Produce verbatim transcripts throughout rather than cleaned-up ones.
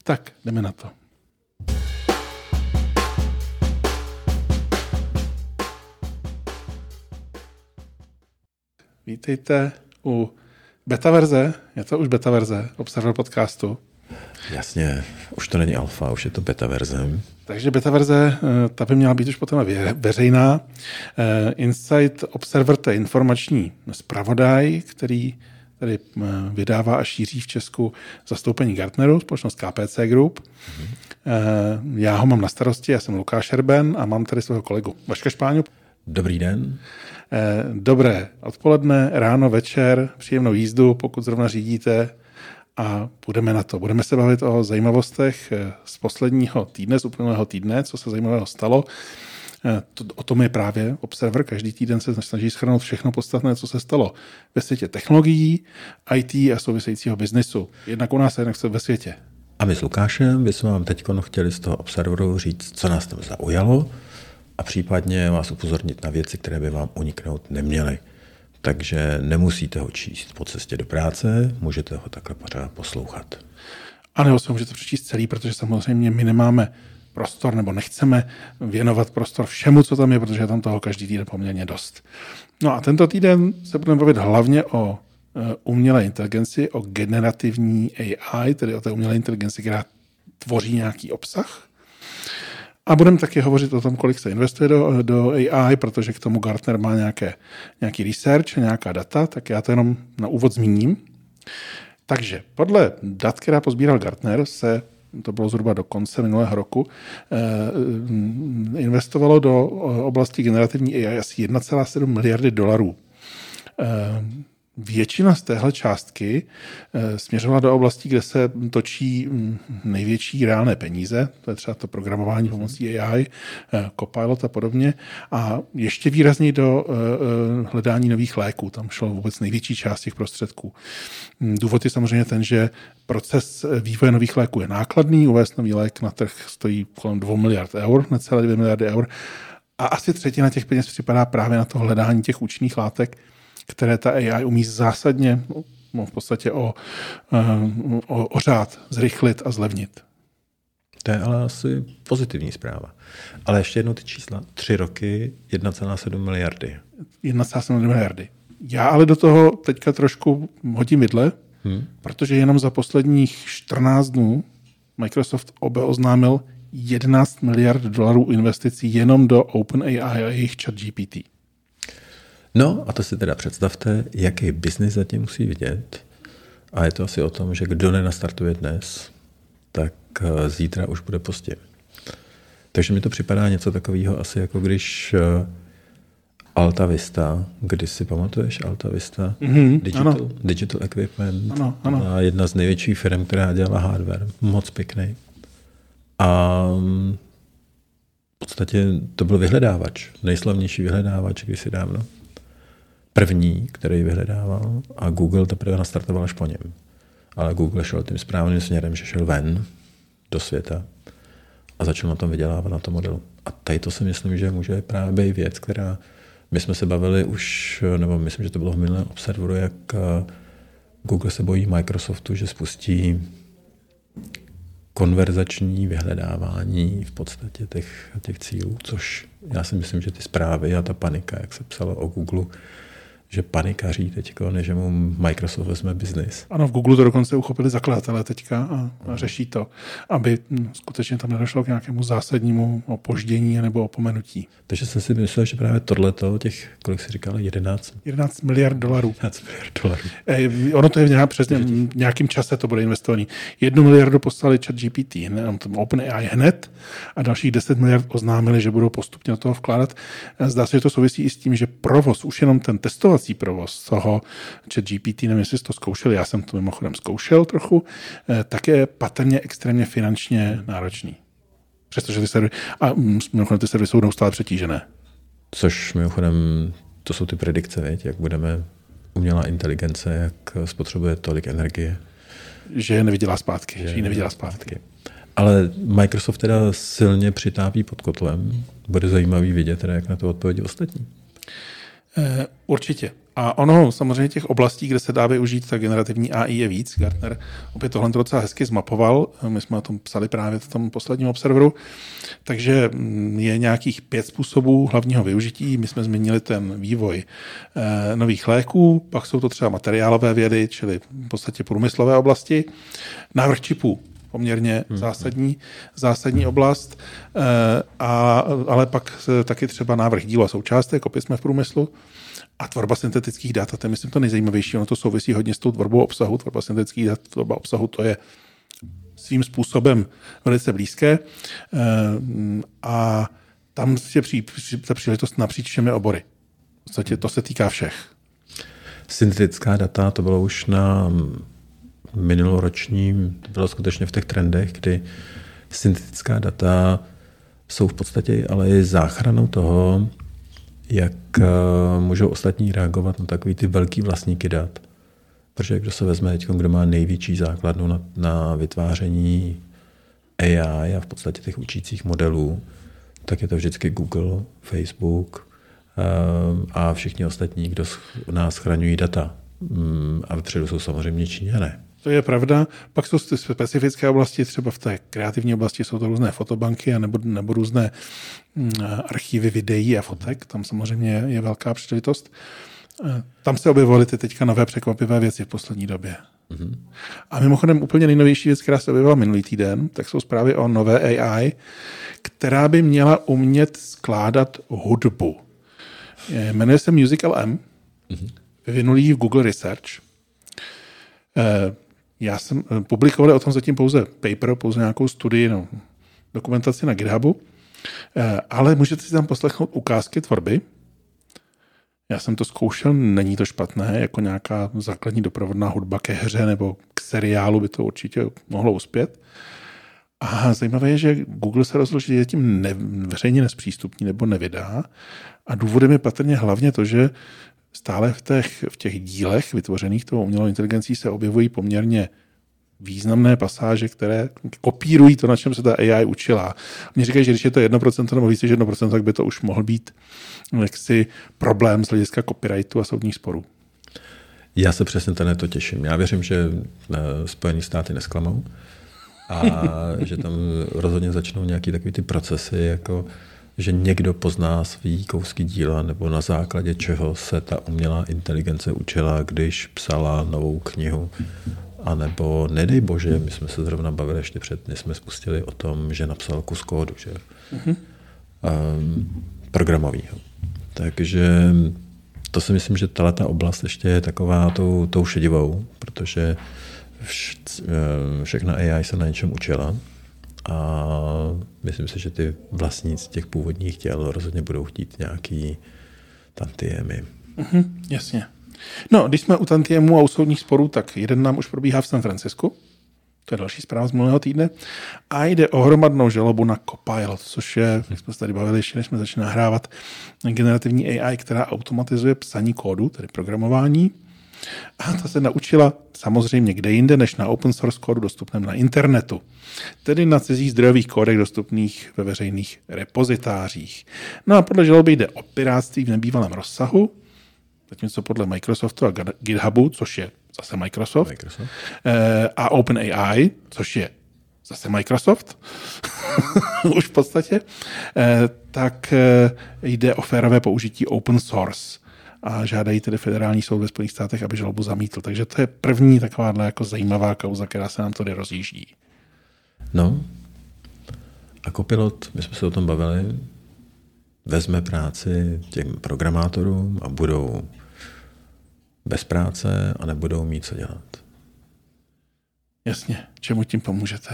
Tak, jdeme na to. Vítejte u beta verze, je to už beta verze Observer podcastu. Jasně, už to není alfa, už je to beta verze. Takže beta verze, ta by měla být už potom veřejná. Insight Observer, to je informační zpravodaj, který tady vydává a šíří v Česku zastoupení Gartneru, společnost K P C Group. Mm-hmm. Já ho mám na starosti, já jsem Lukáš Erben a mám tady svého kolegu Vaška Špáňu. Dobrý den. Dobré odpoledne, ráno, večer, příjemnou jízdu, pokud zrovna řídíte, a budeme na to. Budeme se bavit o zajímavostech z posledního týdne, z uplynulého týdne, co se zajímavého stalo. O tom je právě Observer. Každý týden se snaží shrnout všechno podstatné, co se stalo ve světě technologií, í té a souvisejícího biznisu. Jednak u nás a jednak ve světě. A my s Lukášem bychom vám teď chtěli z toho Observeru říct, co nás tam zaujalo a případně vás upozornit na věci, které by vám uniknout neměly. Takže nemusíte ho číst po cestě do práce, můžete ho takhle pořád poslouchat. A nebo se můžete přečíst celý, protože samozřejmě my nemáme prostor nebo nechceme věnovat prostor všemu, co tam je, protože je tam toho každý týden poměrně dost. No a tento týden se budeme bavit hlavně o umělé inteligenci, o generativní A I, tedy o té umělé inteligenci, která tvoří nějaký obsah. A budeme taky hovořit o tom, kolik se investuje do, do A I, protože k tomu Gartner má nějaké, nějaký research, nějaká data, tak já to jenom na úvod zmíním. Takže podle dat, která pozbíral Gartner, se, to bylo zhruba do konce minulého roku, eh, investovalo do oblasti generativní A I asi jedna celá sedm miliardy dolarů. Eh, Většina z téhle částky e, směřovala do oblastí, kde se točí m, největší reálné peníze, to je třeba to programování pomocí A I, e, Copilot a podobně, a ještě výrazněji do e, e, hledání nových léků. Tam šlo vůbec největší část těch prostředků. Důvod je samozřejmě ten, že proces vývoje nových léků je nákladný, uvést nový lék na trh stojí kolem dvou miliard eur, necelé dvě miliardy eur, a asi třetina těch peněz připadá právě na to hledání těch účinných látek, které ta A I umí zásadně, no v podstatě o, o, o řád zrychlit a zlevnit. To je ale asi pozitivní zpráva. Ale ještě jednou ty čísla. Tři roky, jedna celá sedm miliardy. jedna celá sedm miliardy. Já ale do toho teďka trošku hodím vidle, hmm. protože jenom za posledních čtrnáct dnů Microsoft obe oznámil jedenáct miliard dolarů investicí jenom do OpenAI a jejich ChatGPT. No a to si teda představte, jaký biznis zatím musí vidět. A je to asi o tom, že kdo nenastartuje dnes, tak zítra už bude pozdě. Takže mi to připadá něco takového asi jako když Alta Vista, když si pamatuješ Alta Vista, mm-hmm, digital, digital Equipment, ano, ano. jedna z největších firm, která dělala hardware, moc pěkný. A v podstatě to byl vyhledávač, nejslavnější vyhledávač kdysi dávno. První, který vyhledával, a Google teprve nastartoval až po něm. Ale Google šel tím správným směrem, že šel ven do světa a začal na tom vydělávat, na tom modelu. A tady to si myslím, že může právě být věc, která my jsme se bavili už, nebo myslím, že to bylo v minulém Observeru, jak Google se bojí Microsoftu, že spustí konverzační vyhledávání v podstatě těch, těch cílů, což já si myslím, že ty zprávy a ta panika, jak se psalo o Google, že panikaří teďko, než mu Microsoft vezme biznis. Ano, v Google to dokonce uchopili zakladatelé teďka a, a řeší to, aby skutečně tam nedošlo k nějakému zásadnímu opoždění nebo opomenutí. Takže jsem si myslel, že právě tohleto, těch, kolik jsi říkal, jedenáct? jedenáct miliard dolarů. jedenáct miliard dolarů. E, ono to je nějak, přes nějakým čase to bude investovaný. Jednu miliardu poslali ChatGPT, OpenAI hned, a dalších deset miliard oznámili, že budou postupně do toho vkládat. Zdá se, že to souvisí i s tím, že provoz, už jenom ten testovací provoz toho ChatGPT, nevím, jestli jsi to zkoušel, já jsem to mimochodem zkoušel trochu, tak je patrně extrémně finančně náročný. Přestože ty servery, a mimochodem ty servery jsou neustále přetížené. Což mimochodem, to jsou ty predikce, věď, jak budeme umělá inteligence, jak spotřebuje tolik energie. Že je nevydělá zpátky, že, že ji nevydělá zpátky. Ale Microsoft teda silně přitápí pod kotlem. Bude zajímavý vidět, teda, jak na to odpovědí ostatní. Určitě. A ono, samozřejmě těch oblastí, kde se dá využít ta generativní A I je víc. Gartner opět tohle docela hezky zmapoval. My jsme o tom psali právě v tom posledním Observeru. Takže je nějakých pět způsobů hlavního využití. My jsme zmínili ten vývoj eh, nových léků, pak jsou to třeba materiálové vědy, čili v podstatě průmyslové oblasti. Návrh čipů, poměrně hmm. zásadní, zásadní oblast, eh, a, ale pak taky třeba návrh dílu a součástek, opět jsme v průmyslu. A tvorba syntetických dat, a to je myslím to nejzajímavější, ono to souvisí hodně s tou tvorbou obsahu. Tvorba syntetických dat, tvorba obsahu, to je svým způsobem velice blízké. A tam je při, při, ta příležitost napříč všemi obory. V podstatě to se týká všech. Syntetická data, to bylo už na minuloročním, to bylo skutečně v těch trendech, kdy syntetická data jsou v podstatě ale i záchranou toho, jak můžou ostatní reagovat na takový ty velký vlastníky dat. Protože kdo se vezme teď, kdo má největší základnu na, na vytváření A I a v podstatě těch učících modelů, tak je to vždycky Google, Facebook a všichni ostatní, kdo u nás chraňují data. A vpředu jsou samozřejmě Číňané. To je pravda. Pak jsou ty specifické oblasti, třeba v té kreativní oblasti jsou to různé fotobanky nebo, nebo různé archivy videí a fotek. Tam samozřejmě je velká příležitost. Tam se objevovaly ty teďka nové překvapivé věci v poslední době. Mm-hmm. A mimochodem úplně nejnovější věc, která se objevila minulý týden, tak jsou zprávy o nové A I, která by měla umět skládat hudbu. Jmenuje se Musical M. Mm-hmm. Vyvinuli ji v Google Research. Já jsem publikoval o tom zatím pouze paper, pouze nějakou studii, no, dokumentaci na GitHubu, ale můžete si tam poslechnout ukázky tvorby. Já jsem to zkoušel, není to špatné, jako nějaká základní doprovodná hudba ke hře nebo k seriálu by to určitě mohlo uspět. A zajímavé je, že Google se rozhodl, že je tím ne, veřejně nespřístupní nebo nevydá. A důvodem je patrně hlavně to, že stále v těch, v těch dílech vytvořených tou umělou inteligencí se objevují poměrně významné pasáže, které kopírují to, na čem se ta A I učila. Mně říkají, že když je to jedno procento nebo více než jedno procento, tak by to už mohl být jaksi problém z hlediska copyrightu a soudních sporů. Já se přesně na to těším. Já věřím, že Spojené státy nesklamou a že tam rozhodně začnou nějaký takový ty procesy, jako že někdo pozná svý kousky díla nebo na základě čeho se ta umělá inteligence učila, když psala novou knihu. A nebo nedej bože, my jsme se zrovna bavili ještě před, než jsme spustili o tom, že napsal kus kódu, že? Mm-hmm. Um, programovýho. Takže to si myslím, že tato oblast ještě je taková tou, tou šedivou, protože vš, všechna A I se na něčem učila a myslím si, že ty vlastníci těch původních těl rozhodně budou chtít nějaký tantiemy. Mm-hmm, jasně. No, když jsme u tantiemů a u soudních sporů, tak jeden nám už probíhá v San Francisku. To je další zpráva z minulého týdne. A jde o hromadnou žalobu na Copilot, což je, jak jsme se tady bavili ještě, než jsme začali nahrávat, generativní A I, která automatizuje psaní kódu, tedy programování. A ta se naučila samozřejmě kde jinde, než na open source kódu dostupném na internetu. Tedy na cizích zdrojových kódech dostupných ve veřejných repozitářích. No a podle žaloby jde o pirátství v nebývalém rozsahu, zatímco podle Microsoftu a GitHubu, což je zase Microsoft, Microsoft. A OpenAI, což je zase Microsoft, už v podstatě, tak jde o férové použití open source a žádají tedy federální soud ve Spojených státech, aby žalobu zamítl. Takže to je první takováhle jako zajímavá kauza, která se nám tady rozjíždí. No a Copilot, my jsme se o tom bavili, vezme práci těm programátorům a budou bez práce a nebudou mít co dělat. Jasně, čemu tím pomůžete?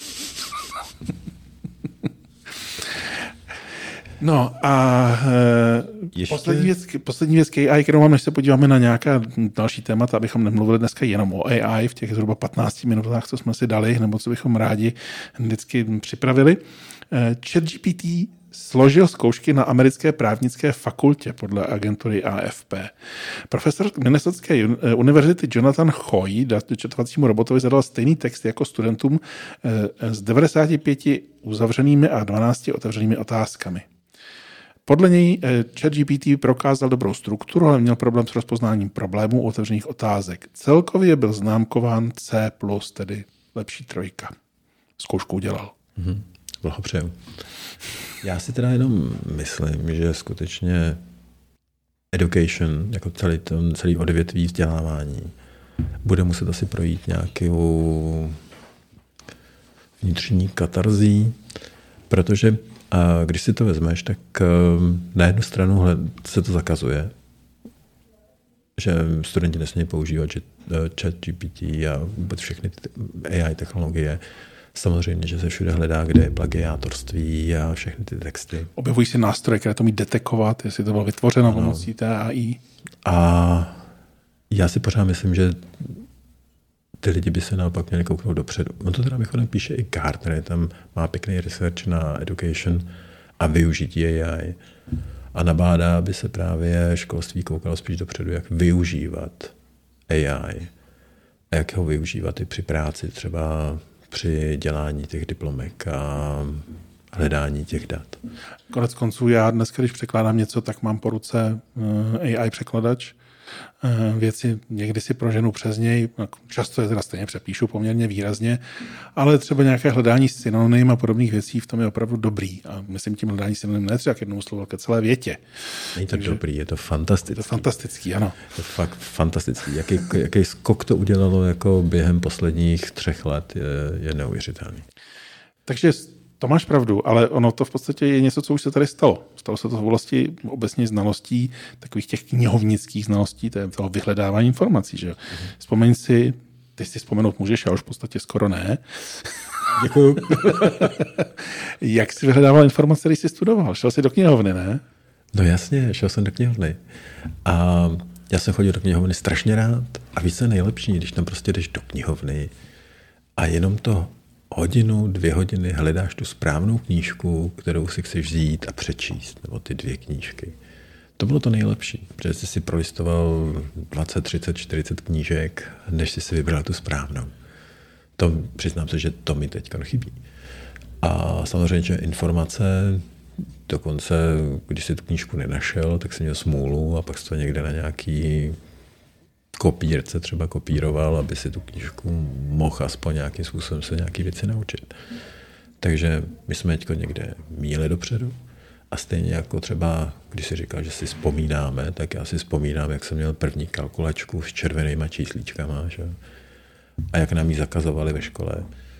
No a Ještě? poslední věc, poslední věc k A I, kterou mám, než se podíváme na nějaká další témata, abychom nemluvili dneska jenom o A I v těch zhruba patnácti minutách, co jsme si dali, nebo co bychom rádi vždycky připravili. ChatGPT složil zkoušky na americké právnické fakultě podle agentury A F P. Profesor Minnesotské univerzity Jonathan Choi dočetovacímu robotovi zadal stejný text jako studentům s devadesáti pěti uzavřenými a dvanácti otevřenými otázkami. Podle něj ChatGPT prokázal dobrou strukturu, ale měl problém s rozpoznáním problémů otevřených otázek. Celkově byl známkován C plus, tedy lepší trojka. Zkoušku udělal. Mm-hmm. Blahopřeju. Já si teda jenom myslím, že skutečně education, jako celý, ten, celý odvětví vzdělávání, bude muset asi projít nějakou vnitřní katarzí, protože a když si to vezmeš, tak na jednu stranu se to zakazuje, že studenti nesmějí používat ChatGPT a vůbec všechny ty A I technologie. Samozřejmě, že se všude hledá, kde je plagiátorství a všechny ty texty. Objevují si nástroje, které to umí detekovat, jestli to bylo vytvořeno pomocí té A I. A já si pořád myslím, že ty lidi by se naopak měli kouknout dopředu. On to teda mimochodem píše i Gartner, tam má pěkný research na education a využití A I. A nabádá, aby se právě školství koukalo spíš dopředu, jak využívat A I. A jak ho využívat i při práci, třeba při dělání těch diplomek a hledání těch dat. Konec konců já dneska, když překládám něco, tak mám po ruce A I překladač. Věci někdy si proženu přes něj, často je teda stejně přepíšu poměrně výrazně, ale třeba nějaké hledání synonym a podobných věcí v tom je opravdu dobrý. A myslím tím hledání synonym ne třeba k jednomu slovu, ale ke celé větě. Není to Takže dobrý, je to fantastický. Je to fantastický, ano. Je to fakt fantastický. Jaký, jaký skok to udělalo jako během posledních třech let je, je neuvěřitelný. Takže to máš pravdu, ale ono to v podstatě je něco, co už se tady stalo. Stalo se to v oblasti obecně znalostí, takových těch knihovnických znalostí, toho vyhledávání informací. Že? Mm-hmm. Vzpomeň si, ty si vzpomenout můžeš, já už v podstatě skoro ne. Děkuju. Jak jsi vyhledával informace, když jsi studoval? Šel jsi do knihovny, ne? No jasně, šel jsem do knihovny. A já jsem chodil do knihovny strašně rád. A víc je nejlepší, když tam prostě jdeš do knihovny a jenom to hodinu, dvě hodiny hledáš tu správnou knížku, kterou si chceš vzít a přečíst, nebo ty dvě knížky. To bylo to nejlepší, protože jsi si prolistoval dvacet, třicet, čtyřicet knížek, než jsi si vybral tu správnou. To přiznám se, že to mi teď chybí. A samozřejmě, že informace, dokonce, když jsi tu knížku nenašel, tak jsi měl smůlu a pak jsi to někde na nějaký kopírce třeba kopíroval, aby si tu knížku mohl aspoň nějakým způsobem se nějaké věci naučit. Takže my jsme teď někde míle dopředu a stejně jako třeba, když si říkal, že si vzpomínáme, tak já si vzpomínám, jak jsem měl první kalkulačku s červenýma číslíčkama, že? A jak nám ji zakazovali ve škole.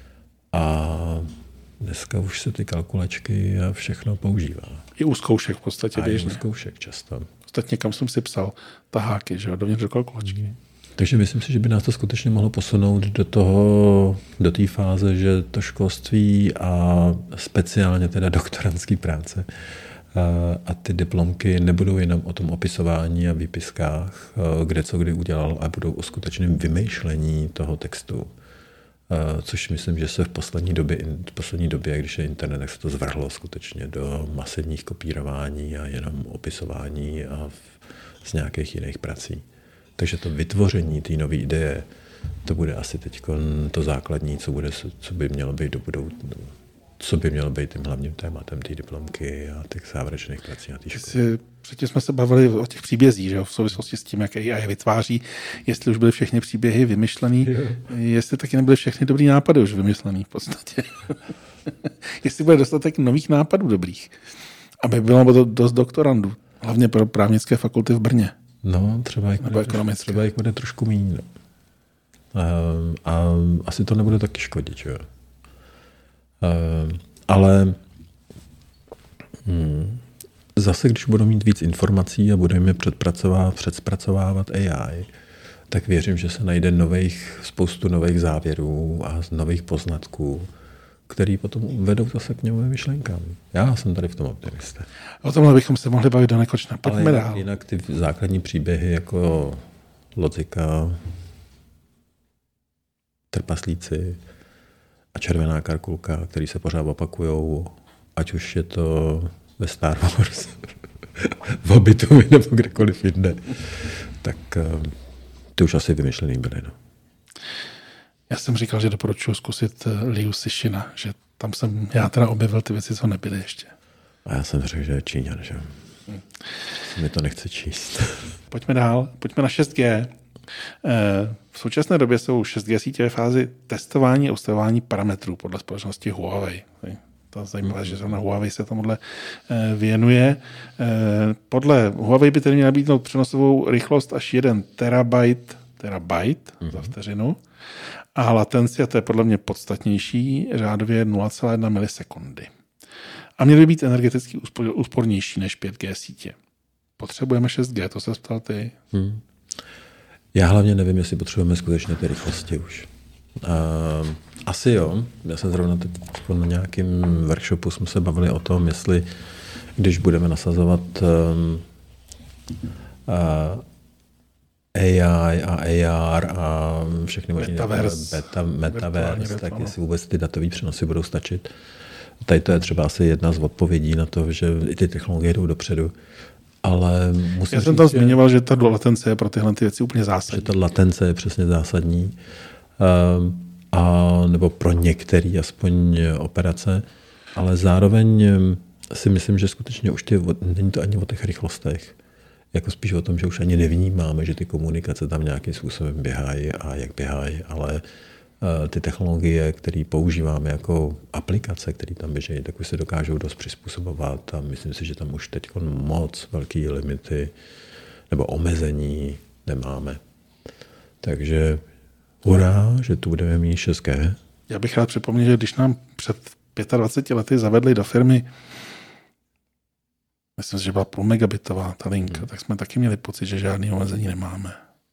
A dneska už se ty kalkulačky a všechno používá. I u zkoušek v podstatě běžně. I u zkoušek často. Ostatně kam jsem si psal taháky, že jo, dovnitř do kalkulačky. Mm. Takže myslím si, že by nás to skutečně mohlo posunout do toho, do té fáze, že to školství a speciálně teda doktorantský práce a, a ty diplomky nebudou jenom o tom opisování a výpiskách, kde co kdy udělal, a budou o skutečném vymýšlení toho textu. Což myslím, že se v poslední době, v poslední době, když je internet, tak se to zvrhlo skutečně do masivních kopírování a jenom opisování a v, z nějakých jiných prací. Takže to vytvoření té nové ideje, to bude asi teď to základní, co, bude, co by mělo být do budoucna, co by mělo být tím hlavním tématem té diplomky a těch závěrečných prací na té škole. Předtím jsme se bavili o těch příbězích, že? V souvislosti s tím, jak A I vytváří, jestli už byly všechny příběhy vymyšlený, jo. Jestli taky nebyly všechny dobrý nápady už vymyšlený v podstatě. Jestli bude dostatek nových nápadů dobrých, aby bylo dost doktorandů, hlavně pro právnické fakulty v Brně. No, třeba jich bude, trošku, třeba jich bude trošku míň. No. A, a asi to nebude taky škodit, jo. Uh, ale hmm, zase, když budou mít víc informací a budeme je předpracovávat, předspracovávat A I, tak věřím, že se najde nových, spoustu nových závěrů a nových poznatků, který potom vedou zase k němu myšlenkám. Já jsem tady v tom optimista. O tomhle bychom se mohli bavit do nekonečna. Pojďme Ale dál. Jinak ty základní příběhy jako Logika, Trpaslíci a Červená Karkulka, který se pořád opakujou, ať už je to ve Star Wars, v Hobbitovi nebo kdekoliv jinde, tak ty už asi vymyšlený byly. No. Já jsem říkal, že doporučuji zkusit Liu Cixina, že tam jsem já teda objevil ty věci, co nebyly ještě. A já jsem řekl, že je Číňan, že hmm. mi to nechce číst. Pojďme dál, pojďme na šest G. V současné době jsou šest G sítě ve fázi testování a ustavování parametrů podle společnosti Huawei. To je zajímavé, že zrovna Huawei se tomuhle věnuje. Podle Huawei by tedy měla být přenosovou rychlost až jeden terabajt, terabajt mm-hmm. za vteřinu a latenci, a to je podle mě podstatnější, řádově nula celá jedna milisekundy. A měly by být energeticky úspornější než pět G sítě. Potřebujeme šest G, to se ptal ty. Hmm. Já hlavně nevím, jestli potřebujeme skutečně ty rychlosti už. Uh, asi jo. Já jsem zrovna teď na nějakým workshopu jsme se bavili o tom, jestli když budeme nasazovat um, uh, A I a A R a všechny možné beta, metaverse, tak jestli vůbec ty datové přenosy budou stačit. Tady to je třeba asi jedna z odpovědí na to, že i ty technologie jdou dopředu. Ale musím Já jsem tam že, zmiňoval, že ta latence je pro tyhle ty věci úplně zásadní. Že ta latence je přesně zásadní. A, nebo pro některé aspoň operace. Ale zároveň si myslím, že skutečně už ty, není to ani o těch rychlostech. Jako spíš o tom, že už ani nevnímáme, že ty komunikace tam nějakým způsobem běhají a jak běhají, ale ty technologie, které používáme jako aplikace, které tam běží, tak už se dokážou dost přizpůsobovat a myslím si, že tam už teď moc velký limity nebo omezení nemáme. Takže hurá, že tu budeme mít šest G. Já bych rád připomněl, že když nám před dvaceti pěti lety zavedli do firmy, myslím si, že byla půl megabitová ta linka, hmm. tak jsme taky měli pocit, že žádný omezení nemáme.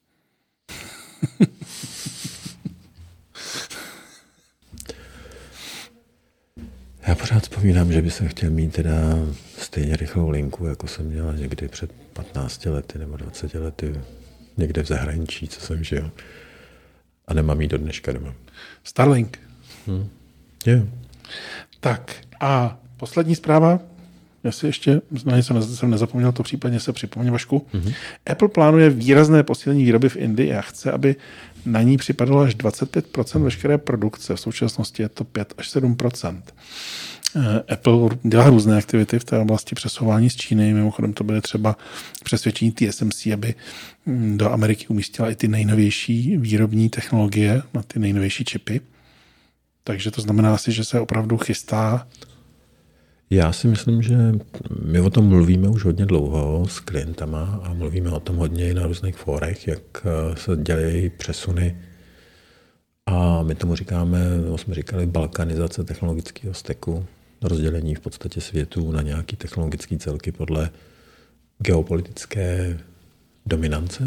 Já pořád vzpomínám, že bych chtěl mít teda stejně rychlou linku, jako jsem měla někdy před patnácti lety nebo dvaceti lety někde v zahraničí, co jsem žil. A nemám jí do dneška doma. Starlink. Hmm. Yeah. Tak a poslední zpráva. Já si ještě na něco jsem nezapomněl, to případně se připomně, Vašku. Mm-hmm. Apple plánuje výrazné posílení výroby v Indii a chce, aby na ní připadalo až dvacet pět procent veškeré produkce. V současnosti je to pět až sedm procent. Apple dělá různé aktivity v té oblasti přesouvání z Číny. Mimochodem to byly třeba přesvědčení T S M C, aby do Ameriky umístila i ty nejnovější výrobní technologie na ty nejnovější čipy. Takže to znamená asi, že se opravdu chystá. Já si myslím, že my o tom mluvíme už hodně dlouho s klientama a mluvíme o tom hodně i na různých fórech, jak se dělají přesuny. A my tomu říkáme, jsme říkali, balkanizace technologického steku, rozdělení v podstatě světu na nějaké technologické celky podle geopolitické dominance.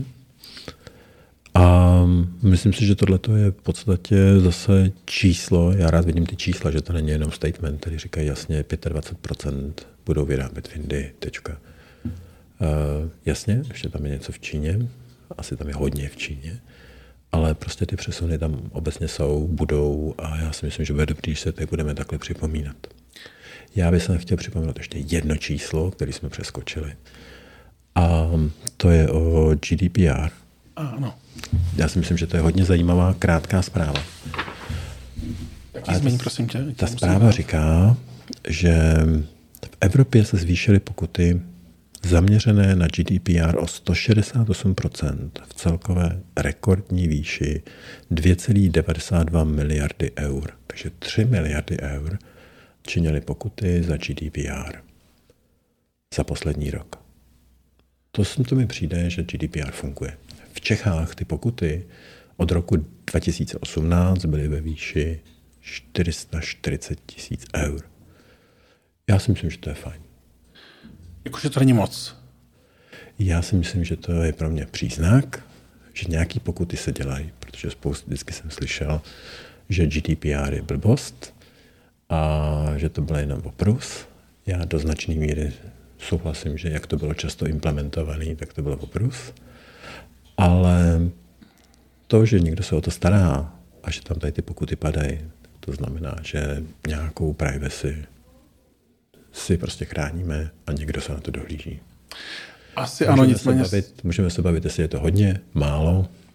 A myslím si, že tohle je v podstatě zase číslo, já rád vidím ty čísla, že to není jenom statement, který říkají jasně dvacet pět procent budou vyrábět v Indii, tečka. Uh, jasně, ještě tam je něco v Číně, asi tam je hodně v Číně, ale prostě ty přesuny tam obecně jsou, budou a já si myslím, že bude dobrý, když se teď budeme takhle připomínat. Já bych se chtěl připomínat ještě jedno číslo, které jsme přeskočili. A to je o G D P R. Ano. Já si myslím, že to je hodně zajímavá, krátká zpráva. Jaký změní, prosím tě? Ta zpráva říká, že v Evropě se zvýšily pokuty zaměřené na G D P R o sto šedesát osm procent v celkové rekordní výši dvě celá devadesát dva miliardy eur. Takže tři miliardy eur činily pokuty za G D P R za poslední rok. To, to mi přijde, že G D P R funguje. V Čechách ty pokuty od roku dva tisíce osmnáct byly ve výši čtyři sta čtyřicet tisíc eur. Já si myslím, že to je fajn. Jakože to není moc. Já si myslím, že to je pro mě příznak, že nějaký pokuty se dělají, protože spoustu vždycky jsem slyšel, že G D P R je blbost a že to bylo jenom oprus. Já do značné míry souhlasím, že jak to bylo často implementované, tak to bylo oprus. Ale to, že někdo se o to stará a že tam tady ty pokuty padají, to znamená, že nějakou privacy si prostě chráníme a někdo se na to dohlíží. Asi můžeme ano, nicméně. Se bavit, můžeme se bavit, jestli je to hodně, málo.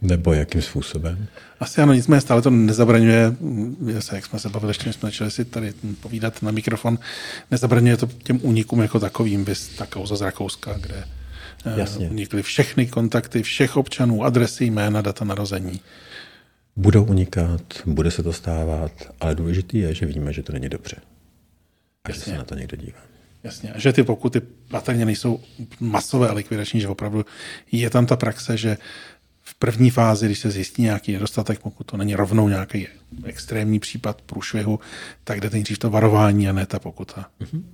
Nebo jakým způsobem? Asi ano, nicméně stále to nezabraňuje, jak jsme se bavili, ještě jsme začali si tady povídat na mikrofon, nezabraňuje to těm únikům jako takovým, vys ta kauza z Rakouska, kde Jasně. unikly všechny kontakty všech občanů, adresy, jména, data narození. Budou unikat, bude se to stávat, ale důležité je, že víme, že to není dobře. A Jasně. že se na to někdo dívá. Jasně, a že ty pokuty patrně nejsou masové a likvidační, že opravdu je tam ta praxe, že v první fázi, když se zjistí nějaký nedostatek, pokud to není rovnou nějaký extrémní případ průšvihu, tak jde nejdřív to varování a ne ta pokuta. Mm-hmm.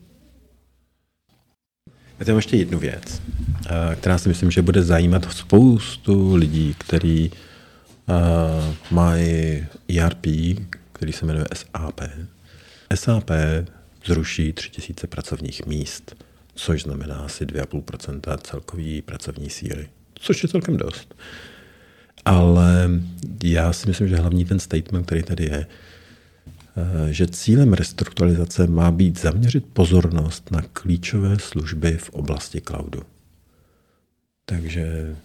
Já tam ještě jednu věc, která si myslím, že bude zajímat spoustu lidí, kteří uh, mají E R P, který se jmenuje S A P. S A P zruší tři tisíce pracovních míst, což znamená asi dvě celá pět procenta celkové pracovní síly, což je celkem dost. Ale já si myslím, že hlavní ten statement, který tady je, že cílem restrukturalizace má být zaměřit pozornost na klíčové služby v oblasti cloudu. Takže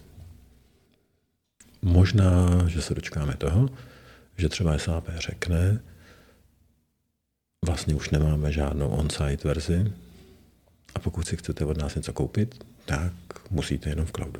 možná, že se dočkáme toho, že třeba S A P řekne, vlastně už nemáme žádnou on-site verzi a pokud si chcete od nás něco koupit, tak musíte jenom v cloudu.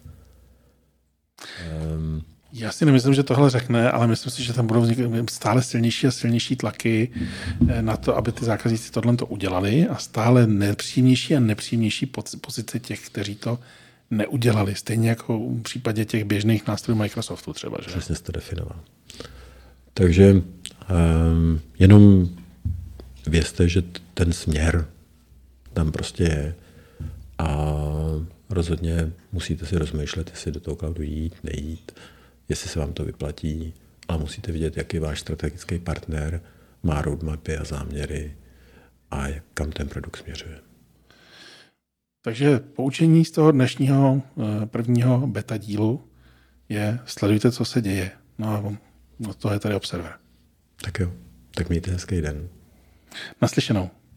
Um, Já si nemyslím, že tohle řekne, ale myslím si, že tam budou vznikat stále silnější a silnější tlaky na to, aby ty zákazníci tohle to udělali a stále nepříjemnější a nepříjemnější pozice těch, kteří to neudělali. Stejně jako v případě těch běžných nástrojů Microsoftu třeba. Že? Přesně jsi to definoval. Takže um, jenom vězte, že ten směr tam prostě je a rozhodně musíte si rozmýšlet, jestli do toho cloudu jít, nejít, jestli se vám to vyplatí, ale musíte vidět, jaký váš strategický partner má roadmapy a záměry a kam ten produkt směřuje. Takže poučení z toho dnešního prvního beta dílu je sledujte, co se děje. No a to je tady Observer. Tak jo, tak mějte hezký den. Naslyšenou.